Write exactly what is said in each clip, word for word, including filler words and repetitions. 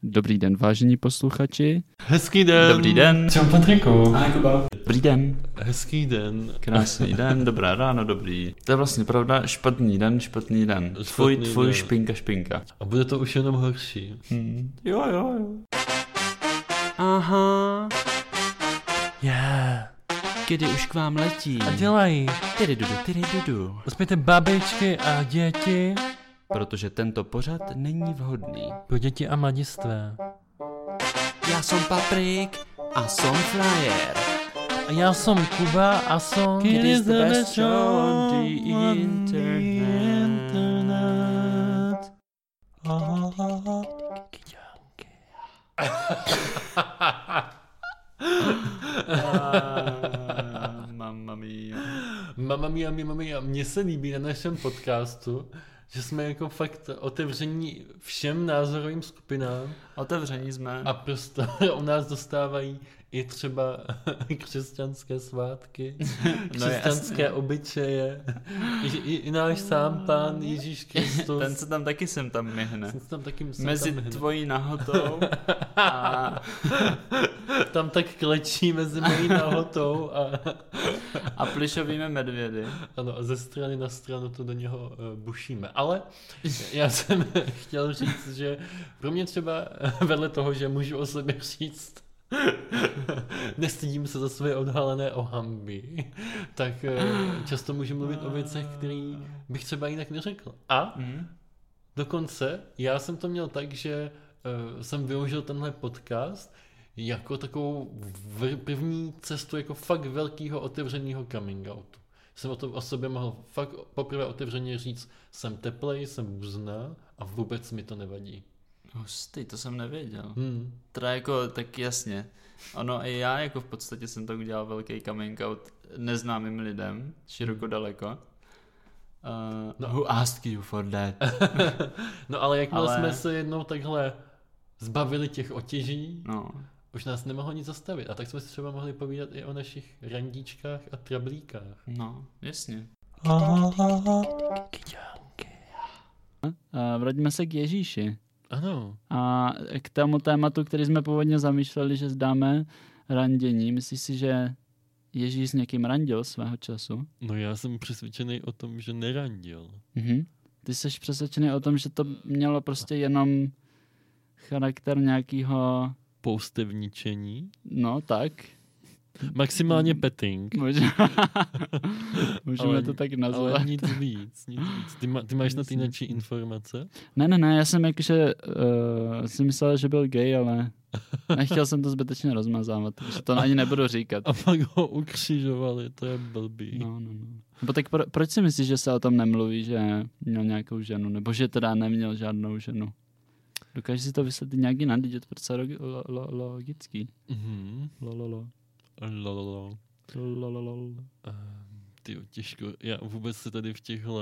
Dobrý den, vážení posluchači. Hezký den. Dobrý den. Čau, Patriku. Ahoj, Kuba. Dobrý den. Hezký den. Krásný den, dobré ráno, dobrý. To je vlastně pravda, špatný den, špatný den. Tvůj, Špatný tvůj den. špinka, špinka. A bude to už jenom horší. Hmm. Jo, jo, jo. Aha. Yeah. Kdy už k vám letí. A dělají. Tyry dudu, tyry dudu. Uspějte babičky a děti. Protože tento pořad není vhodný. Pro děti a mladistvé. Já jsem Paprik a jsem Flyer. A já jsem Kuba a jsem It is the best show on the internet. Mamma mia. Mamma mia, mamma mia. Mně se líbí na našem podcastu, že jsme jako fakt otevření všem názorovým skupinám. Otevření jsme. A prostě u nás dostávají i třeba křesťanské svátky, křesťanské no obyčeje, I, i, i náš sám pán Ježíš Kristus. Ten se tam taky sem tam myhne. Ten se tam taky sem Mezi tam myhne. tvojí nahotou a... Tam tak klečí mezi mojí nahotou a... a plyšovými medvědy. Ano, a ze strany na stranu to do něho uh, bušíme. Ale já jsem chtěl říct, že pro mě třeba vedle toho, že můžu o sobě říct, nestydím se za své odhalené ohamby, tak často můžu mluvit o věcech, které bych třeba jinak neřekl. A mm. dokonce já jsem to měl tak, že uh, jsem využil tenhle podcast jako takovou v- první cestu jako fakt velkého otevřeného coming outu. Jsem o tom o sobě mohl fakt poprvé otevřeně říct, jsem teplej, jsem buzna a vůbec mi to nevadí. Hustý, to jsem nevěděl. Hmm. Teda jako tak jasně. Ono i já jako v podstatě jsem tak udělal velký coming out neznámým lidem, široko hmm. daleko. Uh, no. Who asked you for that? No ale jakmile ale... jsme se jednou takhle zbavili těch otěží, no. už nás nemohlo nic zastavit. A tak jsme si třeba mohli povídat i o našich randíčkách a trablíkách. No, jasně. A vraťme se k Ježíši. Ano. A k tomu tématu, který jsme původně zamýšleli, že zdáme randění. Myslíš si, že Ježíš s někým randil svého času? No já jsem přesvědčený o tom, že nerandil. Mhm. Ty jsi přesvědčený o tom, že to mělo prostě jenom charakter nějakého... Poustevničení? No, tak. Maximálně petting. Můžeme, Můžeme ale, to tak nazvat. Ale nic víc, nic víc. Ty, ma, ty máš na ty jináčí informace? Ne, ne, ne, já jsem jakože uh, si myslel, že byl gay, ale nechtěl jsem to zbytečně rozmazávat, takže to ani nebudu říkat. A pak ho ukřižovali, to je blbý. No, no, no. Nebo tak pro, proč si myslíš, že se o tom nemluví, že měl nějakou ženu, nebo že teda neměl žádnou ženu? Dokážeš si to vysvětlit nějaký jinak, je to prostě lo, lo, lo, logický. Mhm. Lo, lo, lo. Lololo. Lololo. Uh, tyjo, těžko. Já vůbec se tady v těchto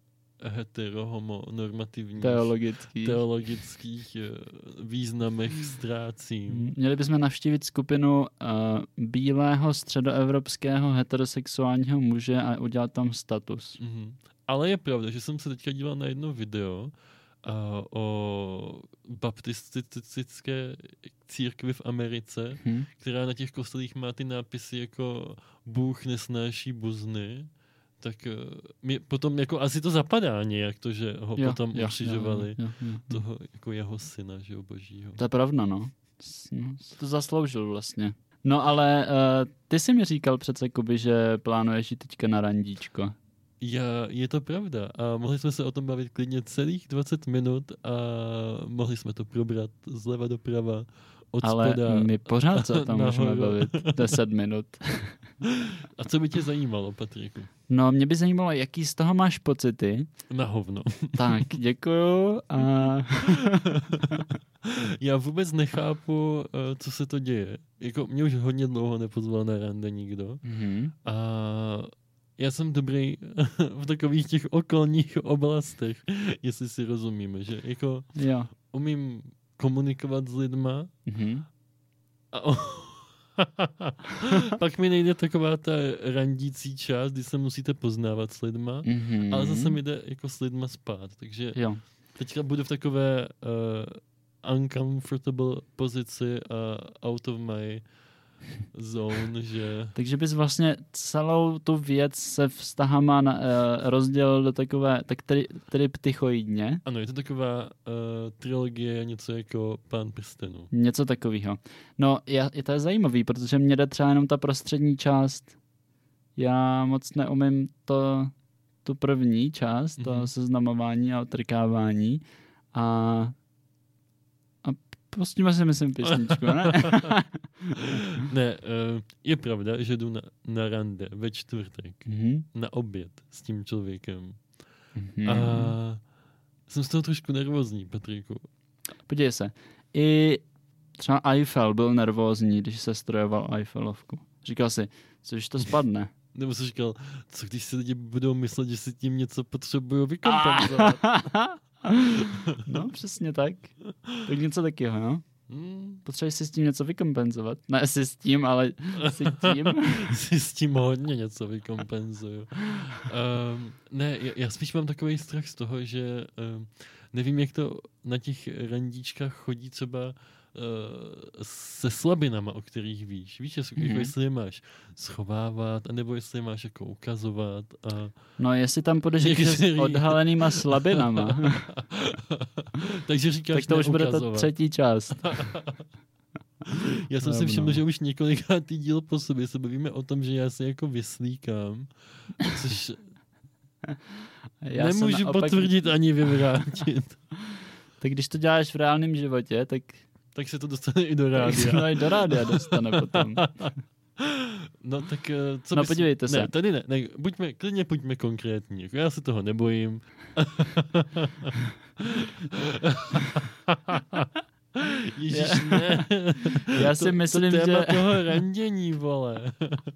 heterohomonormativních Teologických. teologických významech ztrácím. Měli bychom navštívit skupinu uh, bílého středoevropského heterosexuálního muže a udělat tam status. Mm-hmm. Ale je pravda, že jsem se teďka díval na jedno video uh, o baptistické církvi v Americe, hmm. která na těch kostelích má ty nápisy jako Bůh nesnáší buzny, tak uh, mi potom jako asi to zapadá nějak to, že ho jo, potom jo, ukřižovali jo, jo, jo, jo. toho jako jeho syna, že jo, božího. To je pravda, no. no to zasloužil vlastně. No ale uh, ty jsi mi říkal přece, Kuby, že plánuješ jít teďka na randíčko. Já, je to pravda a mohli jsme se o tom bavit klidně celých dvacet minut a mohli jsme to probrat zleva doprava, od ale spoda. My pořád se o tom můžeme bavit deset minut. A co by tě zajímalo, Patriku? No, mě by zajímalo, jaký z toho máš pocity. Na hovno. Tak, děkuju. A... Já vůbec nechápu, co se to děje. Jako, mě už hodně dlouho nepozval na rande nikdo. Mm-hmm. A já jsem dobrý v takových těch okolních oblastech, jestli si rozumíme, že jako jo. umím komunikovat s lidma mm-hmm. a o... pak mi nejde taková ta randící část, kdy se musíte poznávat s lidma, mm-hmm. ale zase mi jde jako s lidma spát, takže jo. teďka budu v takové uh, uncomfortable pozici a out of my zone, že... Takže bys vlastně celou tu věc se vztahama na, uh, rozdělil do takové, tak tedy, tedy ptychoidně. Ano, je to taková uh, trilogie, něco jako Pán prstenů. Něco takového. No, já, je to je zajímavý, protože mě jde třeba jenom ta prostřední část. Já moc neumím to, tu první část, mm-hmm. to seznamování a otrkávání. A, a pustíme si, myslím, písničku, ne? Ne, uh, je pravda, že jdu na, na rande ve čtvrtek, mm-hmm. na oběd s tím člověkem. Mm-hmm. A jsem z toho trošku nervózní, Patriku. Podívej se, i třeba Eiffel byl nervózní, když se strojoval Eiffelovku. Říkal si, co když to spadne? Nebo jsi říkal, co když si lidi budou myslet, že si tím něco potřebují vykompenzovat. No, přesně tak. Tak něco takyho, no. Hmm. Potřebuješ si s tím něco vykompenzovat. Ne si s tím, ale si tím. si s tím hodně něco vykompenzuju. Um, ne, já, já spíš mám takový strach z toho, že um, nevím, jak to na těch randíčkách chodí třeba se slabinama, o kterých víš. Víš, mm-hmm. jako jestli je máš schovávat, anebo jestli je máš jako ukazovat. A... No, jestli tam půjdeš některý... s odhalenýma slabinama. Takže říkáš tak to už bude ta třetí část. Já jsem si všiml, že už několikátý díl po sobě se bavíme o tom, že já se jako vyslíkám, což já nemůžu naopak... potvrdit ani vyvrátit. Tak když to děláš v reálném životě, tak tak se to dostane i do rádia. Tak se to i do rádia dostane potom. No tak co No bys... podívejte se. Ne, tady ne, ne, buďme, klidně buďme konkrétní. Já se toho nebojím. Ježiš, ne. Já si to, myslím, to téma že... toho randění, vole.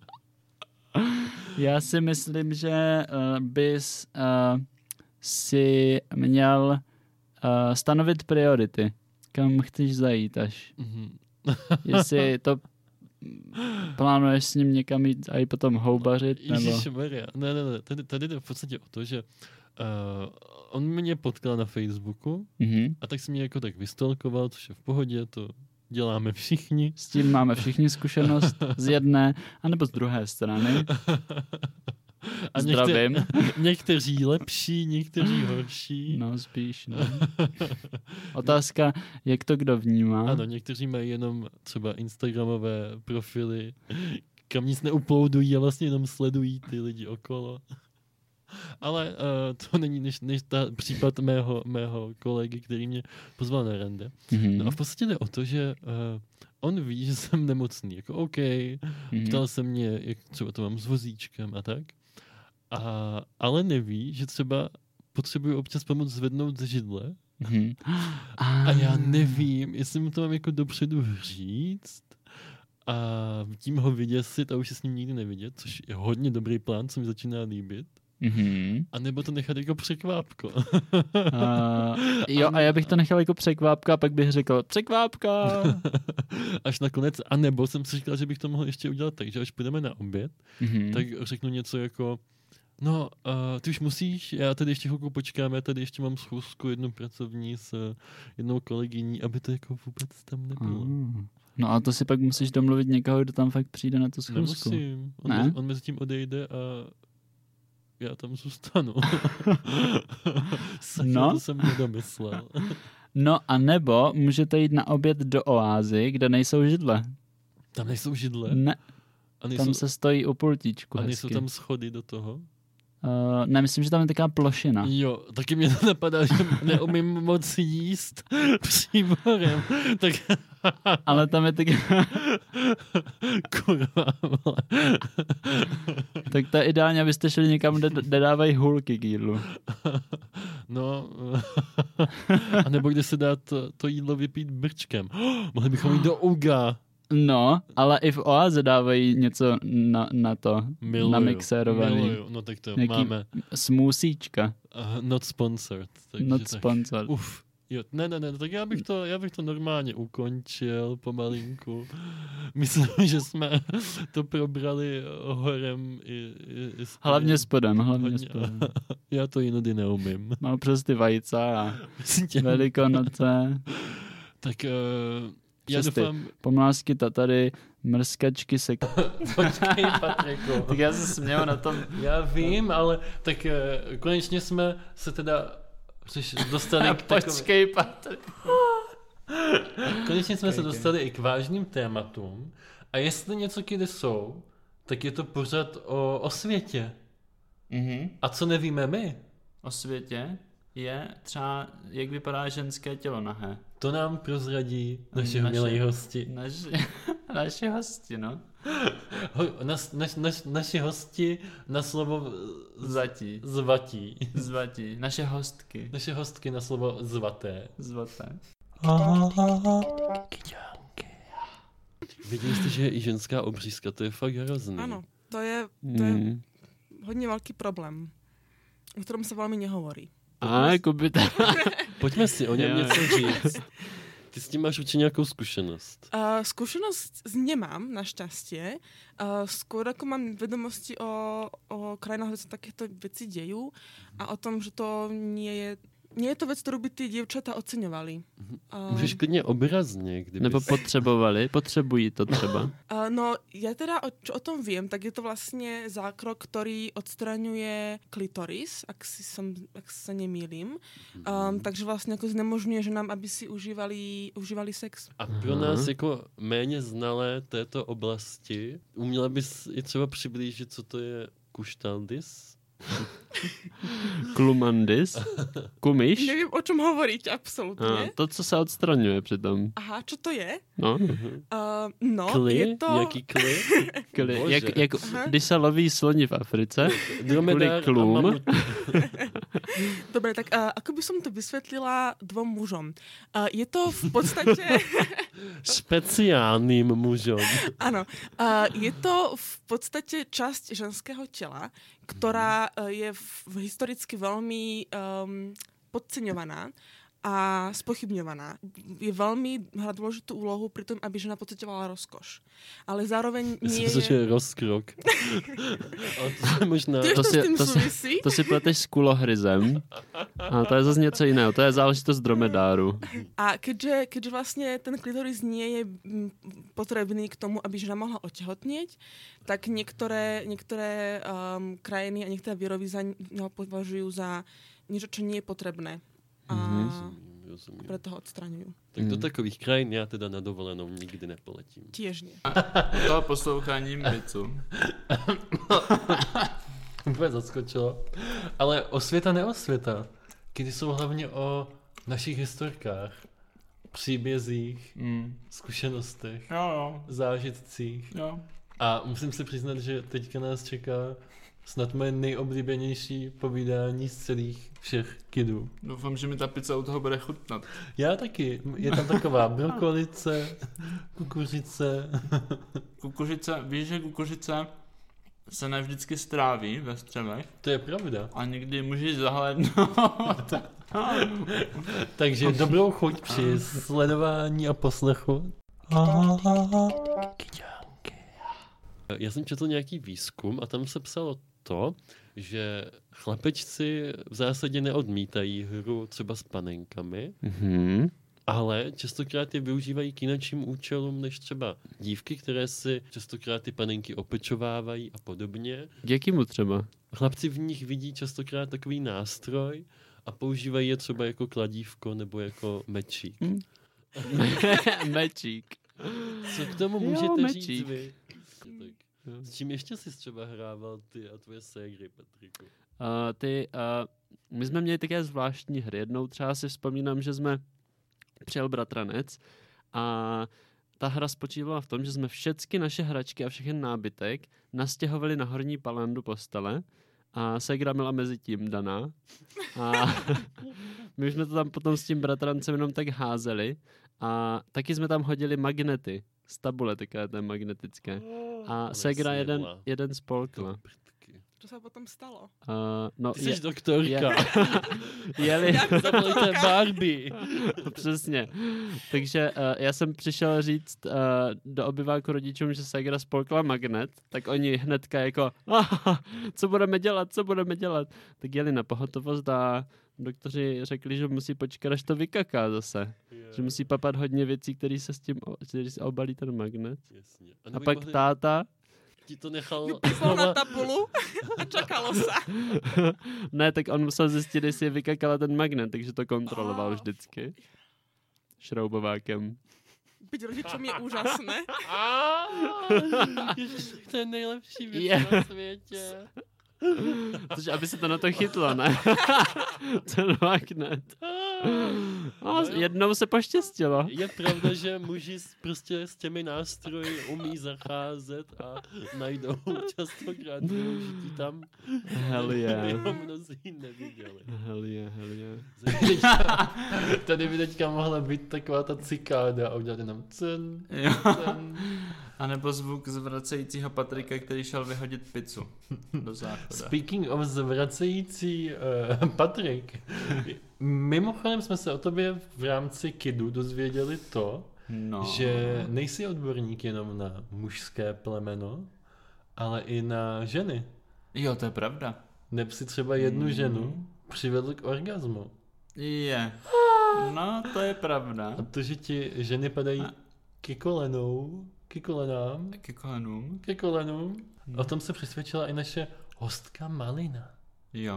Já si myslím, že uh, bys uh, si měl uh, stanovit priority. Kam chceš zajít až. Mm-hmm. Jestli to plánuješ s ním někam jít a i potom houbařit, nebo... Ježišmarja, ne, ne, ne, tady, tady jde v podstatě o to, že uh, on mě potkal na Facebooku mm-hmm. a tak se mě jako tak vystolkoval, což je v pohodě, to děláme všichni. S tím máme všichni zkušenost z jedné, anebo z druhé strany. A zdravím. Některý, někteří lepší, někteří horší. No, spíš, no. Otázka, jak to kdo vnímá. Ano, někteří mají jenom třeba instagramové profily, kam nic neuploudují a vlastně jenom sledují ty lidi okolo. Ale uh, to není než, než ta případ mého, mého kolegy, který mě pozval na rande. Mm-hmm. No a v podstatě jde o to, že uh, on ví, že jsem nemocný. Jako OK, mm-hmm. ptal se mě, jak třeba to mám s vozíčkem a tak. A, ale neví, že třeba potřebuji občas pomoct zvednout ze židle. Mm-hmm. A já nevím, jestli mu to mám jako dopředu říct a tím ho vyděsit a už se s ním nikdy nevidět, což je hodně dobrý plán, co mi začíná líbit. Mm-hmm. A nebo to nechat jako překvápko. uh, jo, a já bych to nechal jako překvápka a pak bych řekl překvápka. Až nakonec, a nebo jsem si říkal, že bych to mohl ještě udělat tak, že až půjdeme na oběd, mm-hmm. tak řeknu něco jako no, uh, ty už musíš, já tady ještě chvilku počkám, já tady ještě mám schůzku jednu pracovní s uh, jednou kolegyní, aby to jako vůbec tam nebylo. Uh. No a to si pak musíš domluvit někoho, kdo tam fakt přijde na tu schůzku. Nemusím. On, ne? mezi, on mezi tím odejde a já tam zůstanu. No. To jsem nedomyslel. No a nebo můžete jít na oběd do oázy, kde nejsou židle. Tam nejsou židle? Ne. A nejsou... Tam se stojí u pultíčku. A nejsou tam schody do toho? Uh, ne, myslím, že tam je taková plošina. Jo, taky mě to napadá, že neumím moc jíst příborem. Tak... Ale tam je taky... Kurva, vole. Tak to je ideálně, abyste šli někam, kde, kde dávají hůlky k jídlu. No, a nebo kde se dá to, to jídlo vypít brčkem. Oh, mohli bychom jít do Uga. No, ale i v oáze dávají něco na, na to, miluju, na mixérovaný. Miluju. No tak to nějaký máme. Smoothiečka. Uh, not sponsored. Not tak, sponsored. Uf, jo, ne, ne, ne, tak já bych to, já bych to normálně ukončil pomalinku. Myslím, že jsme to probrali horem i, i, i hlavně spodem, hlavně hodně, spodem. Já to jinudy neumím. Mám přes ty vajca a velikonoce. Tak uh, já Přesty. doufám... Pomlásky, tatary, mrskačky, sek... Počkej, Patriku. Tak já se směl na tom. Já vím, ale tak uh, konečně jsme se teda přiš, dostali k Počkej, Patriku. Konečně jsme okay, se okay. dostali i k vážným tématům a jestli něco kdy jsou, tak je to pořad o, o světě. Mm-hmm. A co nevíme my? O světě je třeba, jak vypadá ženské tělo nahé. To nám prozradí naši Naše- milí hosti. Naši, naši hosti, no. Ho, naš, naš, naš, naši hosti na slovo z- Zvatí. zvatí. Zvatí. Naše hostky. Naše hostky na slovo zvaté. Zvaté. Viděli jste, že je i ženská obřízka, to je fakt hrozný. Áno, to je, to je Mm. hodně velký problém, o ktorom sa veľmi nehovorí. A, jako by to... Pojďme si o něm Jo. něco říct. Ty s tím máš určitě nějakou zkušenost. Uh, skúsenosť z nemám, našťastie. Uh, skôr ako mám vedomosti o, o krajinách, kde sa takéto veci dejú a o tom, že to nie je, nie je to vec, ktorú by tí dievčatá oceňovali. Uh, Můžeš klidně obrazně, kdyby... Nebo potřebovali, potřebují to třeba. Uh, no, ja teda, o, čo o tom viem, tak je to vlastne zákrok, ktorý odstraňuje klitoris, ak, si som, ak sa nemýlim. Um, takže vlastne ako znemožňuje ženám, aby si užívali, užívali sex. A pro Aha. nás jako méně znalé této oblasti, uměla bys i třeba přiblížit, co to je kuštaldis? Klumandis. Kumiš. Neviem, o čom hovoriť, A, absolútne. to, co se odstraňuje přitom. Aha, čo to je? No. Uh, no, Kli? je to... Nějaký kli? Kli, Bože. jak, jak, Aha. když se loví sloni v Africe. Dromedár a klum. mamut. Dobre, tak uh, ako by som to vysvetlila dvom mužom? Uh, je to v podstate... Speciálnym mužom. Áno, uh, je to v podstate časť ženského tela, ktorá uh, je v, historicky veľmi um, podceňovaná a spochybňovaná. Je veľmi hrá dôležitú úlohu pri tom, aby žena pocitovala rozkoš. Ale zároveň nie Myslím, že je... je rozkrok. Ale to se možná... Tiež To to, si- s tým to si- súvisí. To si pleteš s kulohryzem. A to je zase něco jiného. To je záležitost dromedáru. A keďže, keďže vlastne ten klitoris nie je mm, potrebný k tomu, aby žena mohla otehotnieť, tak niektoré, niektoré um, krajiny a niektoré vierovýznania ho považujú za niečo, čo nie je potrebné. A Rozumím, rozumím. preto ho odstraňujú. Tak do Mm. takových krajin já teda na dovolenou nikdy nepoletím. Tiež nie. To posloucháním bicu. Úplně zaskočilo. Ale osvěta neosvěta. Kdy jsou hlavně o našich historkách, příbězích, Mm. zkušenostech, Jo, jo. zážitcích. jo. A musím si přiznat, že teďka nás čeká snad moje nejoblíbenější povídání z celých všech kidů. Doufám, že mi ta pizza u toho bude chutnat. Já taky. Je tam taková brokolice, kukuřice. Kukuřice, víš, že kukuřice se ne vždycky stráví ve střevech To je pravda. a někdy můžeš zahlédnout. Takže dobrou chuť při sledování a poslechu. Já jsem četl nějaký výzkum a tam se psalo to, že chlapečci v zásadě neodmítají hru třeba s panenkami, Mhm. ale častokrát je využívají k jiným účelům než třeba dívky, které si častokrát ty panenky opečovávají a podobně. K jakýmu třeba? Chlapci v nich vidí častokrát takový nástroj a používají je třeba jako kladívko nebo jako mečík. Hm. Mečík. Co k tomu Jo, můžete mečík. říct vy? Tak. Jo. S čím ještě jsi třeba hrával ty a tvoje ségry, Patriku? Uh, ty, uh, my jsme měli také zvláštní hry. Jednou třeba si vzpomínám, že jsme přijel bratranec a ta hra spočívala v tom, že jsme všechny naše hračky a všechny nábytek nastěhovali na horní palandu postele a ségra byla mezi tím daná. A my už jsme to tam potom s tím bratrancem jenom tak házeli a taky jsme tam hodili magnety z tabule, takové té magnetické. A Ona ségra je jeden, snědla. jeden spolkla. Prtky. Čo sa potom stalo? Uh, no, Ty jsi doktorka. je- jeli, Zavolejte Barbie. přesně. Takže uh, já jsem přišel říct uh, do obyváku rodičům, že ségra spolkla magnet, tak oni hnedka jako, ah, co budeme dělat, co budeme dělat. Tak jeli na pohotovost a doktoři řekli, že musí počkat, až to vykaká zase. Je. Že musí papat hodně věcí, které se s tím, který se obalí ten magnet. Jasně. A pak mohli... táta... Ti to nechal... Písal na tabulu a čakalo se. Ne, tak on musel zjistit, jestli je vykakala ten magnet, takže to kontroloval oh. vždycky. Šroubovákem. Byť rodičům je úžasné. Ježiš, to je nejlepší věc yeah. na světě. Což aby se to na to chytlo, ne? Ten magnet. A jednou se poštěstilo. Je pravda, že muži prostě s těmi nástroji umí zacházet a najdou častokrát využití tam, hell yeah. by ho mnozí neviděli. Hell yeah, hell yeah. Tady by teďka mohla být taková ta cikáda a udělat jenom cen, cen. A nebo zvuk zvracejícího Patrika, který šel vyhodit pizzu do záchoda. Speaking of zvracející uh, Patrik, mimochodem jsme se o tobě v rámci Kidu dozvěděli to, no. že nejsi odborník jenom na mužské plemeno, ale i na ženy. Jo, to je pravda. Neb si třeba jednu mm. ženu přivedl k orgazmu. Je. No, to je pravda. A to, že ti ženy padají A... ke kolenou, ke kolenám, ke kolenům, ke kolenům. Hmm. O tom se přesvědčila i naše hostka Malina. Jo.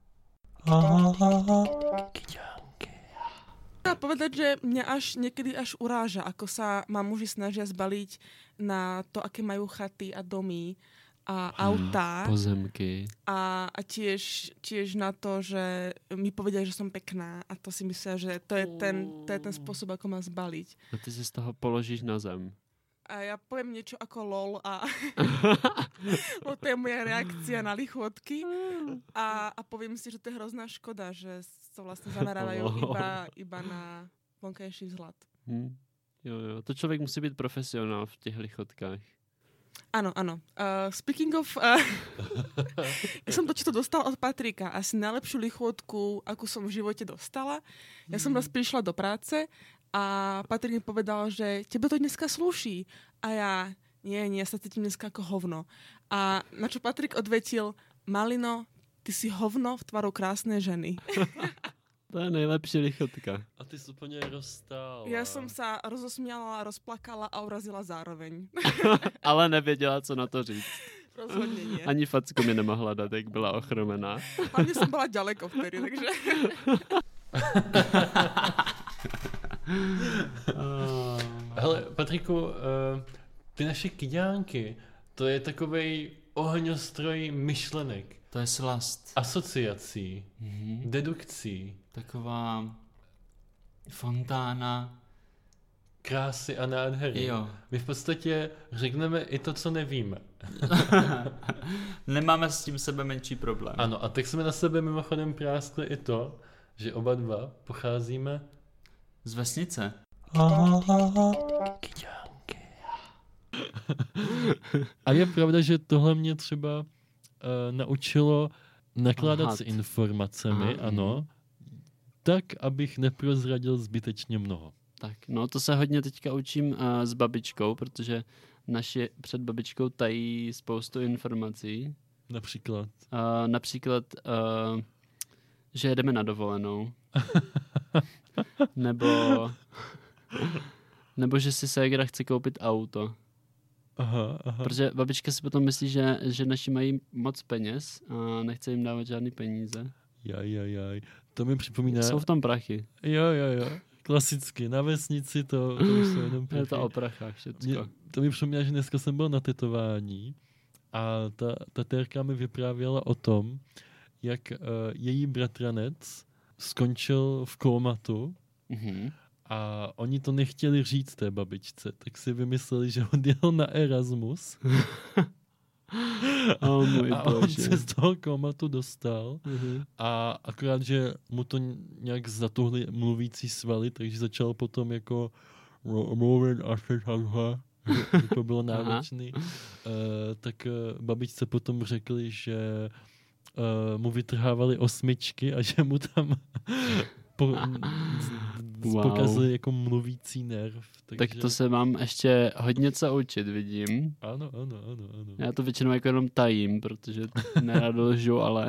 Chcela povedať, že mňa až niekedy až uráža, ako sa ma muži snažia zbaliť na to, aké majú chaty a domy a autá. Pozemky. A, a tiež, tiež na to, že mi povedia, že som pekná a to si myslia, že to je ten, to je ten spôsob, ako ma zbaliť. A ty si z toho položíš na zem. A ja poviem niečo ako lol a to je moja reakcia na lichotky a, a poviem si, že to je hrozná škoda, že sa vlastne zamerávajú iba, iba na vonkajší vzhled. Hmm. Jo, jo. To člověk musí být profesionál v těch lichotkách. Áno, áno. Uh, speaking of... Uh, ja som to, čo to dostala od Patrika. Asi najlepšiu lichotku, akú som v živote dostala. Ja som raz prišla do práce a Patrik mi povedal, že tebe to dneska slúší. A ja, nie, nie, ja sa cítim dneska ako hovno. A na čo Patrik odvetil, Malino, ty si hovno v tvaru krásnej ženy. To je nejlepší lichotka. A ty si úplně rozstála. Ja som sa rozosmiala, rozplakala a urazila zároveň. Ale nevěděla, co na to říct. Rozhodně nie. Ani facku mi nemohla dát, jak byla ochromená. Hlavně jsem byla ďaleko vtedy, takže... Hele, Patriku, uh, ty naše kyďánky, to je takovej ohňostroj myšlenek. To je slast. Asociací, mm-hmm. dedukcí. Taková fontána. Krásy a nádhery. Jo. My v podstatě řekneme i to, co nevíme. Nemáme s tím sebe menší problém. Ano, a tak jsme na sebe mimochodem práskli i to, že oba dva pocházíme z vesnice. A je pravda, že tohle mě třeba uh, naučilo nakládat Aha. s informacemi, Aha. ano, tak, abych neprozradil zbytečně mnoho. Tak, no to se hodně teďka učím uh, s babičkou, protože naši před babičkou tají spoustu informací. Například? Uh, například, uh, že jedeme na dovolenou. nebo, nebo že si ségra chce koupit auto. Aha, aha. Protože babička si potom myslí, že, že naši mají moc peněz a nechce jim dávat žádný peníze. Jaj, jaj, jaj. To mi připomíná... Jsou v tom prachy. Jo, jo, jo. Klasicky. Na vesnici to, to už jsou jenom prachy. Je to o prachách všecko. Mě, to mi připomíná, že dneska jsem byl na tetování a ta, ta térka mi vyprávěla o tom, jak uh, její bratranec skončil v kómatu mm-hmm. a oni to nechtěli říct té babičce, tak si vymysleli, že on jel na Erasmus oh, můj a on se z toho kómatu dostal mm-hmm. a akorát, že mu to nějak zatuhli mluvící svaly, takže začal potom jako mluvit asi takhle, že to bylo náročný, uh, tak uh, babičce potom řekli, že uh, mu vytrhávali osmičky a že mu tam po, wow. pokazili jako mluvící nerv. Takže... Tak to se mám ještě hodně co učit, vidím. Ano, ano, ano, ano. Já to většinou jako jenom tajím, protože nerad lžu, ale... Tak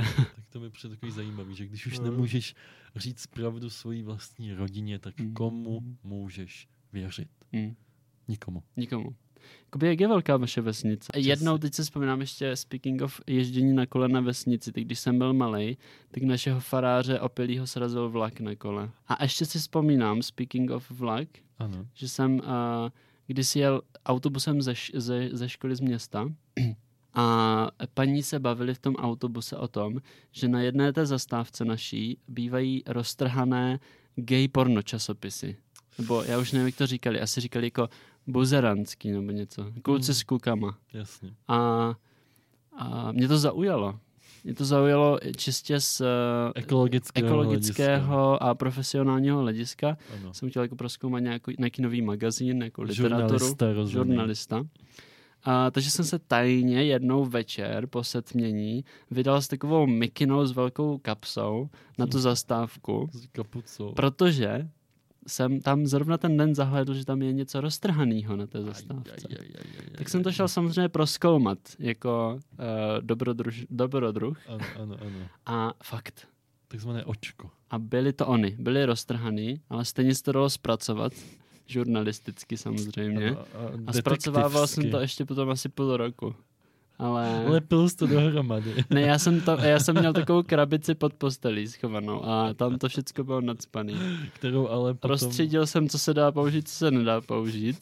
to mi přijde takový zajímavý, že když už nemůžeš říct pravdu svojí vlastní rodině, tak komu můžeš věřit? Mm. Nikomu. Nikomu. Jakoby jak je velká vaše vesnice? Přesně. Jednou, teď si vzpomínám ještě, speaking of ježdění na kole na vesnici, tak když jsem byl malej, tak našeho faráře opilýho srazil vlak na kole. A ještě si vzpomínám, speaking of vlak, ano. že jsem uh, kdysi jel autobusem ze, ze, ze školy z města a paní se bavili v tom autobuse o tom, že na jedné té zastávce naší bývají roztrhané gay porno časopisy. Nebo já už nevím, jak to říkali. Asi říkali jako buzerantský nebo něco. Kluci mm. s klukama. Jasně. A, a mě to zaujalo. Mě to zaujalo čistě z ekologického, ekologického a profesionálního hlediska. Ano. Jsem chtěl jako prozkoumat nějaký, nějaký nový magazín, jako literaturu. Žurnalista. Žurnalista. A, takže jsem se tajně jednou večer po setmění vydal s takovou mikinou s velkou kapsou na tu zastávku. S kapucou. Protože jsem tam zrovna ten den zahlédl, že tam je něco roztrhanýho na té zastávce. Aj, aj, aj, aj, aj, tak jsem to šel samozřejmě prozkoumat jako uh, dobrodruž, dobrodruh. Ano, ano, ano. A fakt. Takzvané očko. A byly to oni. Byly roztrhaný, ale stejně se to dalo zpracovat. Žurnalisticky samozřejmě. A, a, a zpracovával jsem to ještě potom asi půl roku. Ale... Lepil jsi to dohromady. Ne, já jsem, to, já jsem měl takovou krabici pod postelí schovanou a tam to všechno bylo nacpaný. Kterou ale potom... Rozstřídil jsem, co se dá použít, co se nedá použít.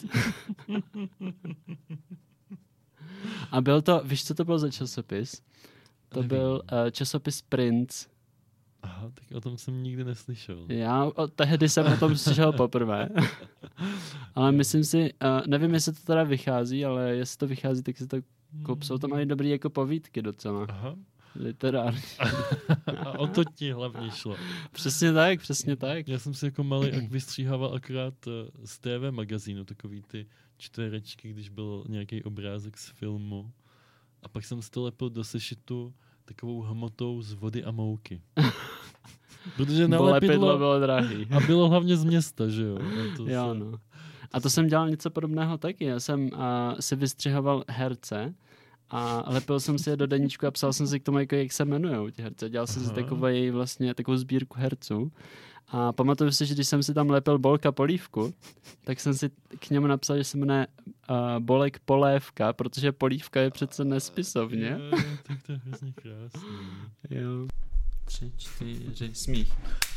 A byl to, víš, co to byl za časopis? To Nevím. byl uh, časopis Prince. Aha, tak o tom jsem nikdy neslyšel. Já o, tehdy jsem o tom slyšel poprvé. Ale myslím si, uh, nevím, jestli to teda vychází, ale jestli to vychází, tak si to kup. Jsou tam i dobrý jako povídky docela. Aha. Literární. A o to ti hlavně šlo. Přesně tak, přesně tak. Já jsem si jako malý ak vystříhával akorát z té vé magazínu, takový ty čtverečky, když byl nějaký obrázek z filmu. A pak jsem si to lepil do sešitu takovou hmotou z vody a mouky. Protože na lepidlo bylo drahý. A bylo hlavně z města, že jo? To jo, se... no. A to jsem dělal něco podobného taky. Já jsem uh, si vystřihoval herce a lepil jsem si je do deníčku a psal jsem si k tomu, jako, jak se jmenujou ti herce. Dělal jsem si takovej, vlastně, takovou sbírku herců. A pamatuju si, že když jsem si tam lepil Bolka Polívku, tak jsem si k němu napsal, že se jmenuje uh, Bolek Polévka, protože polívka je přece nespisovně. Je, tak to je hrozně krásný. Jo. Tři, čtyři, smích.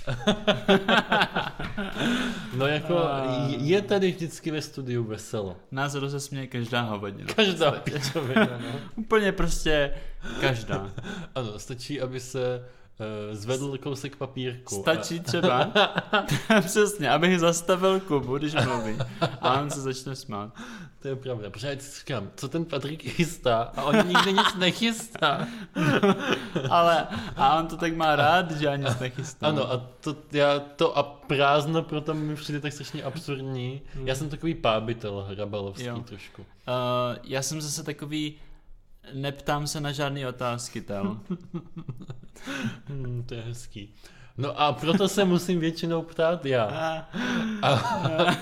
No jako je tady vždycky ve studiu veselo. Nás rozesměje každá hovadina. Každá pičovina, no. Úplně prostě každá. Ano, stačí, aby se uh, zvedl kousek papírku. Stačí a... třeba, přesně, abych zastavil Kubu, když mluví. A on se začne smát. To je pravda, protože já si říkám, co ten Patrik chystá a on nikdy nic nechystá. Ale a on to tak má rád, že já nic nechystám. Ano, a to, já, to a prázdno proto mi přijde tak strašně absurdní. Hmm. Já jsem takový pábitel hrabalovský jo. trošku. Uh, já jsem zase takový, neptám se na žádný otázky, tel. hmm, to je hezký. No a proto se musím většinou ptát já. A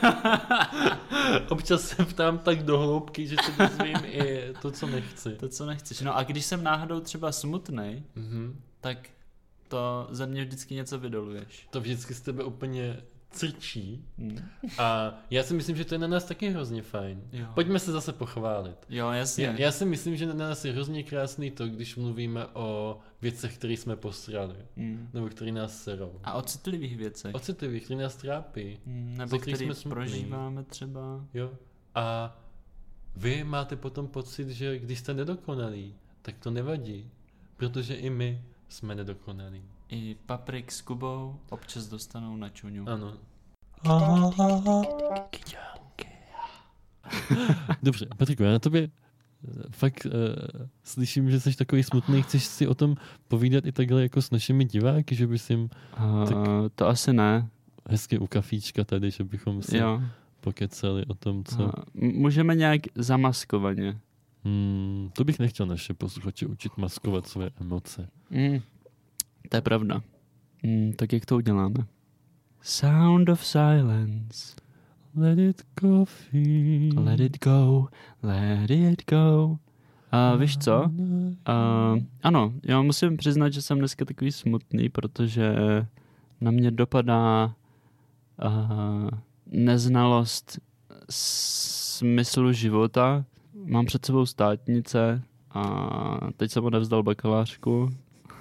občas se ptám tak do hloubky, že se dozvím i to, co nechci. To, co nechceš. No a když jsem náhodou třeba smutnej, mm-hmm. tak to ze mě vždycky něco vydoluješ. To vždycky z tebe úplně crčí. Mm. A já si myslím, že to je na nás taky hrozně fajn. Jo. Pojďme se zase pochválit. Jo, jasně. Já, já si myslím, že na nás je hrozně krásný to, když mluvíme o věcech, které jsme posrali. Mm. Nebo které nás serou. A o citlivých věcech. O citlivých, které nás trápí. Mm, nebo které prožíváme třeba. Jo. A vy máte potom pocit, že když jste nedokonalí, tak to nevadí. Protože i my jsme nedokonalí. I Paprik s Kubou občas dostanou na čuňu. Ano. Dobře, Patriku, já na tobě fakt uh, slyším, že jsi takový smutný. Chceš si o tom povídat i takhle jako s našimi diváky, že bys jim... Uh, tak to asi ne. Hezky u kafíčka tady, že bychom si jo. pokecali o tom, co... Uh, můžeme nějak zamaskovaně. Hmm, to bych nechtěl naše posluchače učit maskovat své emoce. Mm. To je pravda. Mm, tak jak to uděláme? Sound of silence. Let it go, feel. Let it go, let it go. A víš co? A, ano, já musím přiznat, že jsem dneska takový smutný, protože na mě dopadá a, neznalost smyslu života. Mám před sebou státnice a teď jsem odevzdal bakalářku,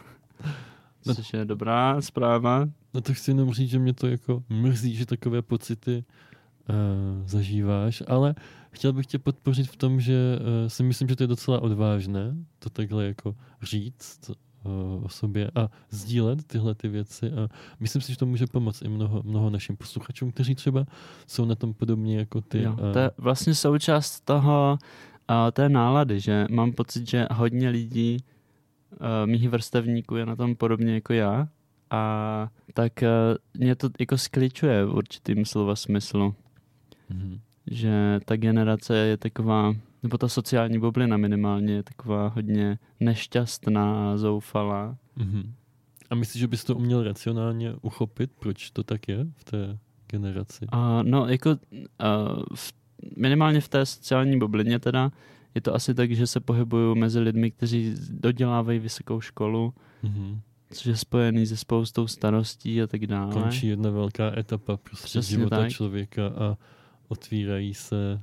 což je dobrá zpráva. No to chci jenom říct, že mě to jako mrzí, že takové pocity uh, zažíváš, ale chtěl bych tě podpořit v tom, že uh, si myslím, že to je docela odvážné to takhle jako říct uh, o sobě a sdílet tyhle ty věci a myslím si, že to může pomoct i mnoho, mnoho našim posluchačům, kteří třeba jsou na tom podobně jako ty. Jo, uh, to je vlastně součást toho, uh, té nálady, že mám pocit, že hodně lidí, uh, mých vrstevníků je na tom podobně jako já a tak uh, mě to jako skličuje v určitým slova smyslu. mm-hmm. Že ta generace je taková, nebo ta sociální bublina minimálně je taková hodně nešťastná, zoufalá. Mm-hmm. A myslíš, že bys to uměl racionálně uchopit? Proč to tak je v té generaci? Uh, no, jako uh, v, minimálně v té sociální bublině teda je to asi tak, že se pohybuju mezi lidmi, kteří dodělávají vysokou školu, mm-hmm. což je spojený se spoustou starostí a tak dále. Končí jedna velká etapa prostě Přesně života tak. člověka a otvírají se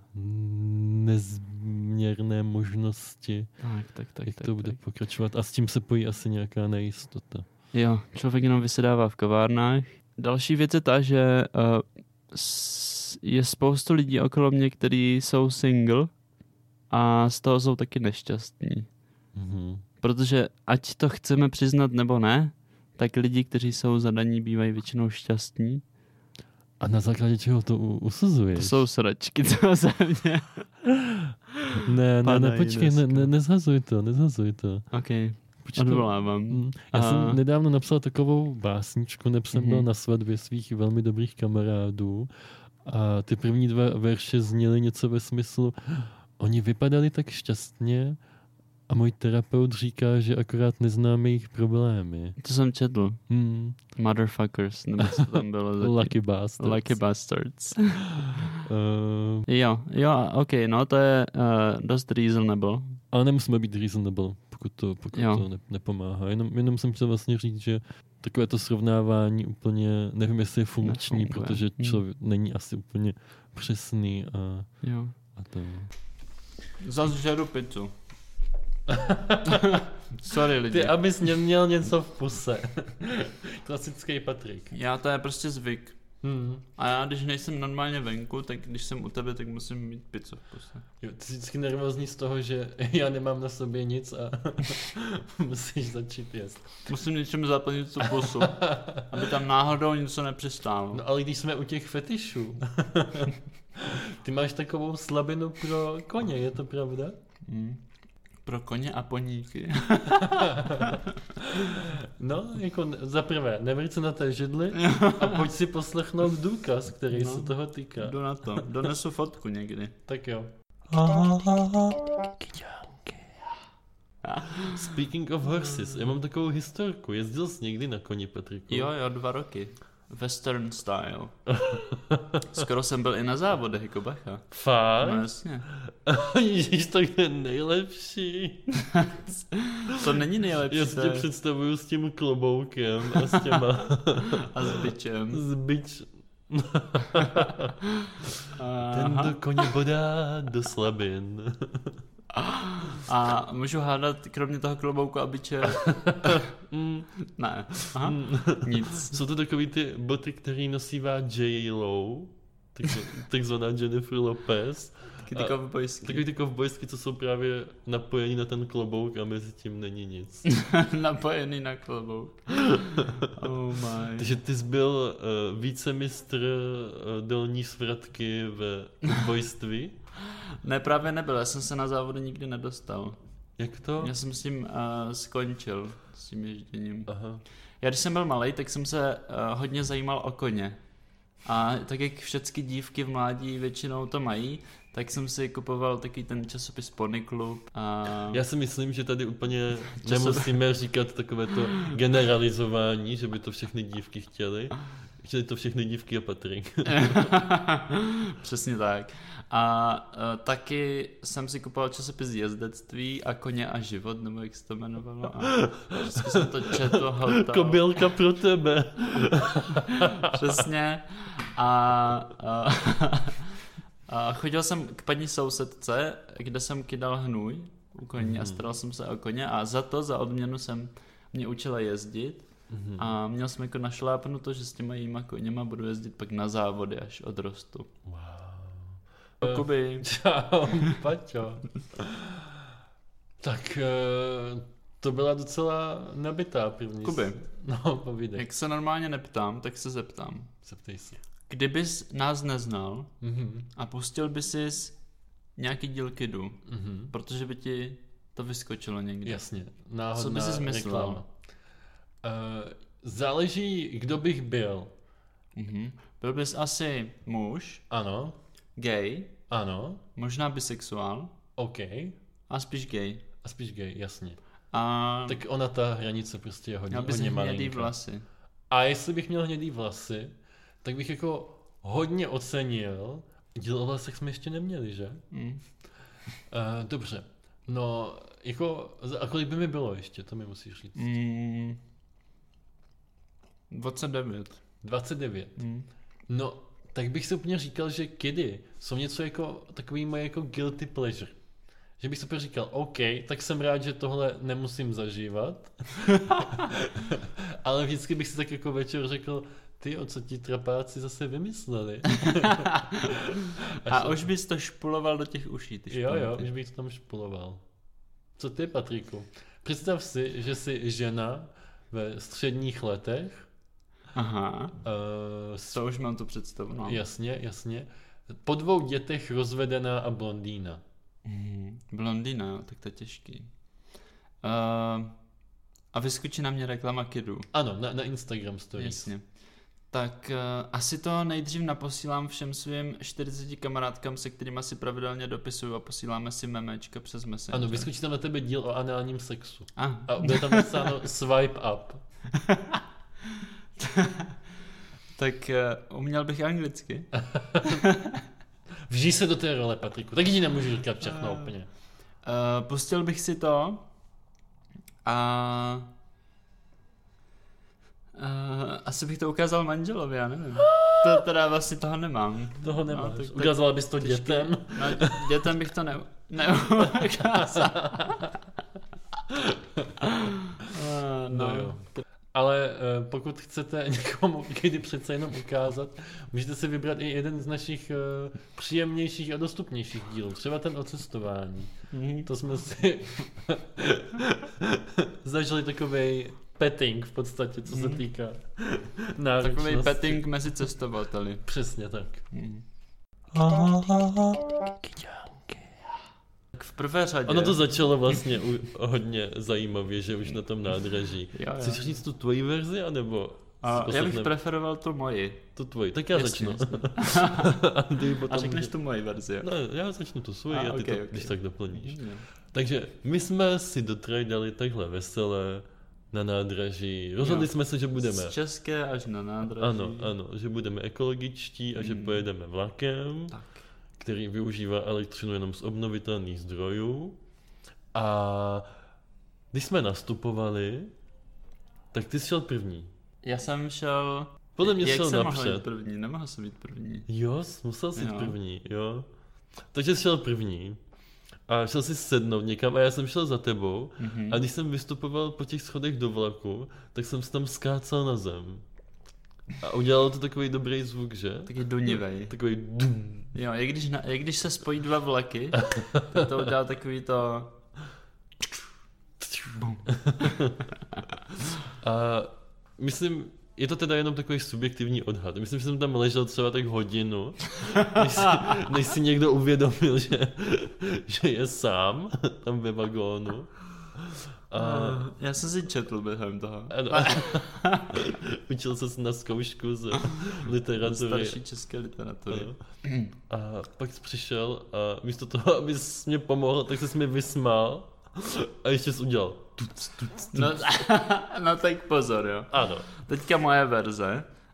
nezměrné možnosti, Tak, tak, tak. jak tak, to bude tak. pokračovat. A s tím se pojí asi nějaká nejistota. Jo, člověk jenom vysedává v kavárnách. Další věc je ta, že uh, s, je spoustu lidí okolo mě, kteří jsou single a z toho jsou taky nešťastní. Mm-hmm. Protože ať to chceme přiznat nebo ne, tak lidi, kteří jsou zadaní, bývají většinou šťastní. A na základě čeho to u- usuzuješ? To jsou sračky, co ze mě. Ne, ne, ne, Padají počkej, ne, dneska. ne, nezhazuj to, nezhazuj to. OK, Počkej. odvolávám. Mm, Já A- jsem nedávno napsal takovou básničku, neb jsem byl Mhm. na svatbě svých velmi dobrých kamarádů a ty první dva verše zněly něco ve smyslu, oni vypadali tak šťastně a můj terapeut říká, že akorát neznáme jejich problémy. To jsem četl. Hmm. Motherfuckers, nebo co tam bylo zatím. Lucky bastards. Lucky bastards. Uh, Jo, jo, OK, no to je uh, dost reasonable. ale nemusíme být reasonable, pokud to, pokud Jo. to ne, nepomáhá. Jenom, jenom jsem chtěl vlastně říct, že takové to srovnávání úplně, nevím, jestli je funkční, Nefunguje. protože Hmm. člověk není asi úplně přesný a, Jo. a to... Zas žeru pizzu. Sorry lidi. Ty, abys neměl něco v puse. Klasický Patrik. Já to je prostě zvyk. Hmm. A já když nejsem normálně venku, tak když jsem u tebe, tak musím mít pizzu v puse. Jo, ty jsi vždycky nervózní z toho, že já nemám na sobě nic a musíš začít jíst. Musím něčem zaplnit tu pusu, aby tam náhodou něco nepřistálo. No ale když jsme u těch fetišů, ty máš takovou slabinu pro koně, je to pravda? Hmm. Pro koně a poníky. No, jako za prvé, nevrť se na té židli a pojď si poslechnout důkaz, který No. se toho týká. Jdu na to. Donesu fotku někdy. Tak jo. Speaking of horses, já mám takovou historku. Jezdil jsi někdy na koni, Patriku? Jo, jo, dva roky. Western style. Skoro jsem byl i na závodech, jako bacha. Fakt? No jasně. Ježíš, to je nejlepší. To není nejlepší. Já si to tě je- představuju s tím kloboukem a s těma... A s bičem. s bič... Ten Aha. do koně bodá do slabin. A můžu hádat, kromě toho klobouku a biče? Mm, Ne. Aha. mm. Nic. Jsou to takový ty boty, který nosívá J Lo, takzv- takzvaná Jennifer Lopez. Taky ty A- kovbojský. Takový ty kovbojsky, co jsou právě napojení na ten klobouk a mezi tím není nic. Napojený na klobouk. Oh my. Takže ty jsi byl uh, vícemistr uh, dolní svratky ve dvojství. Ne, právě nebyl. Já jsem se na závody nikdy nedostal. Jak to? Já jsem s tím uh, skončil, s tím ježděním. Aha. Já když jsem byl malej, tak jsem se uh, hodně zajímal o koně. A tak jak všechny dívky v mládí většinou to mají, tak jsem si kupoval takový ten časopis Pony Club. A... Já si myslím, že tady úplně Časem- nemusíme říkat takové to generalizování, že by to všechny dívky chtěly. Chtěli to všechny dívky a Patrik. Přesně tak. A uh, taky jsem si kupoval časopis Jezdectví a Koně a život, nebo jak se to jmenovalo. A vždycky jsem to četl, hltal. Kobylka pro tebe. Přesně. A, a, a chodil jsem k paní sousedce, kde jsem kydal hnůj u koní mm. a staral jsem se o koně a za to, za odměnu jsem mě učila jezdit. Mm-hmm. A měl jsem jako našlápnuto, že s těma jíma koněma budu jezdit pak na závody, až odrostu. Wow. Kuby. Čau, Paťo. Tak to byla docela nabitá první. Kuby. No, povídej. Jak se normálně neptám, tak se zeptám. Zeptej se. Kdybys nás neznal mm-hmm. a pustil by si nějaký díl Kidu, mm-hmm. protože by ti to vyskočilo někde. Jasně. Náhodná co by si zmyslel? Reklama. Uh, záleží, kdo bych byl. Mm-hmm. Byl bys asi muž. Ano. Gay. Ano. Možná bisexuál. OK. A spíš gay. A spíš gay, jasně. A tak ona ta hranice prostě je hodně, hodně malinká. hnědý vlasy. A jestli bych měl hnědý vlasy, tak bych jako hodně ocenil. Díl o vlasech jsme ještě neměli, že? Mm. Uh, dobře. No, jako, a kolik by mi bylo ještě, to mi musíš říct. Mm. dvacet devět. dvacet devět. Mm. No, tak bych si úplně říkal, že kidy jsou něco jako takový moje jako guilty pleasure. Že bych si úplně říkal, OK, tak jsem rád, že tohle nemusím zažívat. Ale vždycky bych si tak jako večer řekl, ty, o co ti trapáci zase vymysleli. A už bys to špuloval do těch uší, ty špulety. Jo, jo, už bych to tam špuloval. Co ty, Patriku? Představ si, že jsi žena ve středních letech. Aha, uh, to už mám tu představu. No. Jasně, jasně. Po dvou dětech rozvedená a blondýna. Mm, blondýna, jo, tak to je těžký. Uh, a vyskočí na mě reklama Kidu. Ano, na, na Instagram stories. Jasně. Tak uh, asi to nejdřív naposílám všem svým čtyřiceti kamarádkám, se kterými si pravidelně dopisuju a posíláme si memečka přes Messenger. Ano, vyskočí tam na tebe díl o análním sexu. Ah. A bude tam napsáno swipe up. Tak uh, uměl bych anglicky. Vžij se do té role, Patriku. Tak ti nemůžu říkat všechno uh, úplně. Uh, pustil bych si to a uh, asi bych to ukázal manželovi, já nevím. To teda vlastně toho nemám. Toho nemáš. No, tak, Ukázala bys to těžký. Dětem? No, dětem bych to ne, neukázal. uh, no. no jo. Ale uh, pokud chcete někomu kdy přece jenom ukázat, můžete si vybrat i jeden z našich uh, příjemnějších a dostupnějších dílů. Třeba ten o cestování. Mm. To jsme si zažili takovej petting v podstatě, co se týká náročnosti. Takovej petting mezi cestovateli. Přesně tak. Mm. V prvé řadě... Ono to začalo vlastně u, hodně zajímavě, že už na tom nádraží. Jo, jo. Chceš říct tu tvoji verzi, anebo... A já bych preferoval tu moji. Tu tvoji, tak já jasně, začnu. a, a řekneš tu moji verzi, jo? No, já začnu tu svoji a, a ty okay, to okay. když tak doplníš. Mm. Takže my jsme si dotrajdali takhle veselé na nádraží. Rozhodli jo. jsme se, že budeme... Z České až na nádraží. Ano, ano, že budeme ekologičtí a mm. že pojedeme vlakem. Tak. Který využívá elektřinu jenom z obnovitelných zdrojů. A když jsme nastupovali, tak ty jsi šel první. Já jsem šel... Podle mě Jak šel jsem napřed. mohl jít první? Nemohl jsem být první. Jo, musel jsi jo. jít první, jo. Takže jsi šel první. A šel jsi sednout někam a já jsem šel za tebou. Mm-hmm. A když jsem vystupoval po těch schodech do vlaku, tak jsem se tam skácal na zem. A udělalo to takový dobrý zvuk, že? Taky dunivej. Takový dum. Jo, i když, na, i když se spojí dva vlaky, tak to udělá takový to... A myslím, je to teda jenom takový subjektivní odhad. Myslím, že jsem tam ležel třeba tak hodinu, než si, než si někdo uvědomil, že, že je sám tam ve vagónu. A... Já jsem si četl během toho. Učil ses na zkoušku z literatury. Starší české literatury. A pak jsi přišel a místo toho, abys mě pomohl, tak jsi mi vysmál a ještě jsi udělal tuc, tuc, tuc. No, no tak pozor, jo. Ano. Teďka moje verze.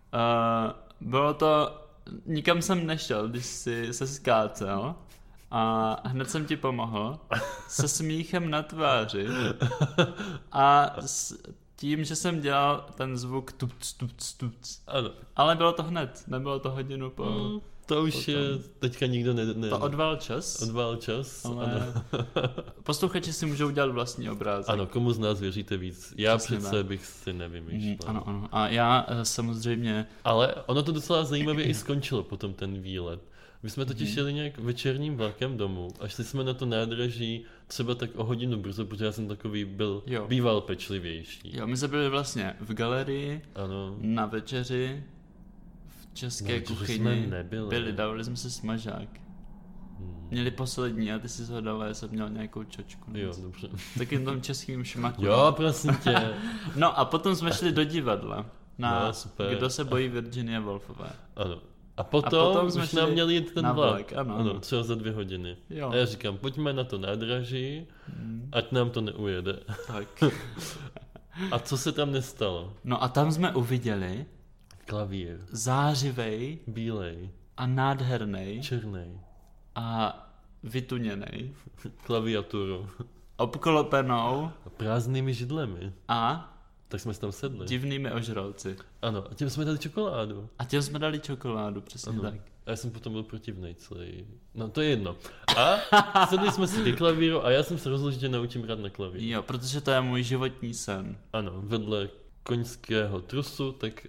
Uh, bylo to, nikam jsem nešel, když jsi se skácel a hned jsem ti pomohl se smíchem na tváři a s tím, že jsem dělal ten zvuk tuc, tuc, tuc. Ano. Ale bylo to hned, nebylo to hodinu po... Mm, to už potom. je, teďka nikdo ne... ne To odval čas. Odval čas, ale ano. Posluchači si můžou udělat vlastní obrázek. Ano, komu z nás věříte víc? Já Přesně přece tak. bych si nevymýšlel. Mm, ano, ano. A já uh, samozřejmě... Ale ono to docela zajímavě i skončilo potom ten výlet. My jsme totiž jeli nějak večerním vlakem domů a šli jsme na to nádraží třeba tak o hodinu brzo, protože já jsem takový byl, Jo. býval pečlivější. Jo, my jsme byli vlastně v galerii, Ano. na večeři, v české No, kuchyni. jsme nebyli. Byli, dávali jsme si smažák. Hmm. Měli poslední a ty si ho dal, já jsem měl nějakou čočku. Jo, dobře. Takým tom českým šmaku. Jo, prosím tě. No a potom jsme šli do divadla. Na No, super. Kdo se bojí Virginie Woolfové. Ano. A potom, A potom jsme už nám šli měl jít ten na vlak. vlak, ano, ano, ano. třeba za dvě hodiny. Jo. A já říkám, pojďme na to nádraží, Hmm. ať nám to neujede. Tak. A co se tam nestalo? No a tam jsme uviděli Klavír. zářivej Bílej. a nádhernej Černej. a vytuněnej, Klaviaturu. obklopenou A prázdnými židlemi. a Tak jsme se tam sedli. divnými ožralci. Ano, a těm jsme dali čokoládu. A těm jsme dali čokoládu, přesně Ano. tak. A já jsem potom byl protivnej celý. No to je jedno. A sedli jsme si ke klavíru a já jsem se rozhodl, že tě naučím hrát na klavír. Jo, protože to je můj životní sen. Ano, vedle koňského trusu, tak...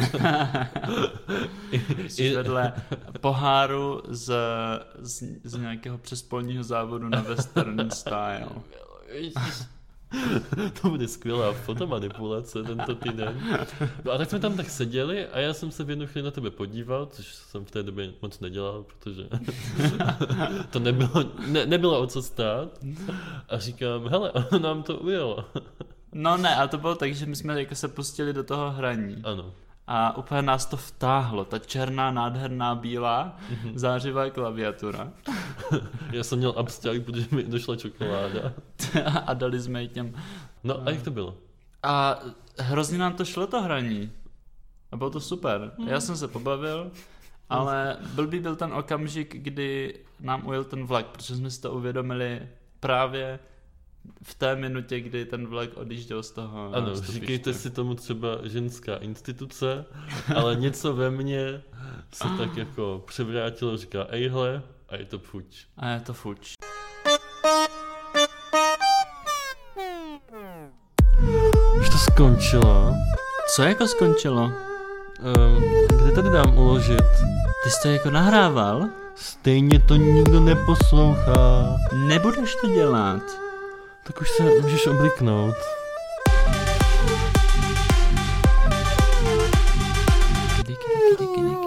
Jsi vedle poháru z, z, z nějakého přespolního závodu na western style. To bude skvělá fotomanipulace tento týden. No a tak jsme tam tak seděli a já jsem se v jednu chvíli na tebe podíval, což jsem v té době moc nedělal, protože to nebylo, ne, nebylo o co stát. A říkám, hele, ono nám to ujelo. No ne, a to bylo tak, že my jsme jako se pustili do toho hraní. Ano. A úplně nás to vtáhlo. Ta černá, nádherná, bílá, zářivá klaviatura. Já jsem měl abstrakt, protože mi došla čokoláda. A dali jsme ji těm. No a jak to bylo? A hrozně nám to šlo to hraní. A bylo to super. Já jsem se pobavil, ale blbý byl ten okamžik, kdy nám ujel ten vlak, protože jsme si to uvědomili právě v té minutě, kdy ten vlak odjížděl z toho. Ano, nástupiště. říkejte si tomu třeba ženská instituce, ale něco ve mně se tak jako převrátilo, říká ejhle, a je to fuč. A je to fuč. Už to skončilo. Co jako skončilo? Um, kde tady dám uložit? Ty jsi to jako nahrával? Stejně to nikdo neposlouchá. Nebudeš to dělat. Tak už se můžeš obliknout. Kdy, kdy, kdy, kdy, kdy.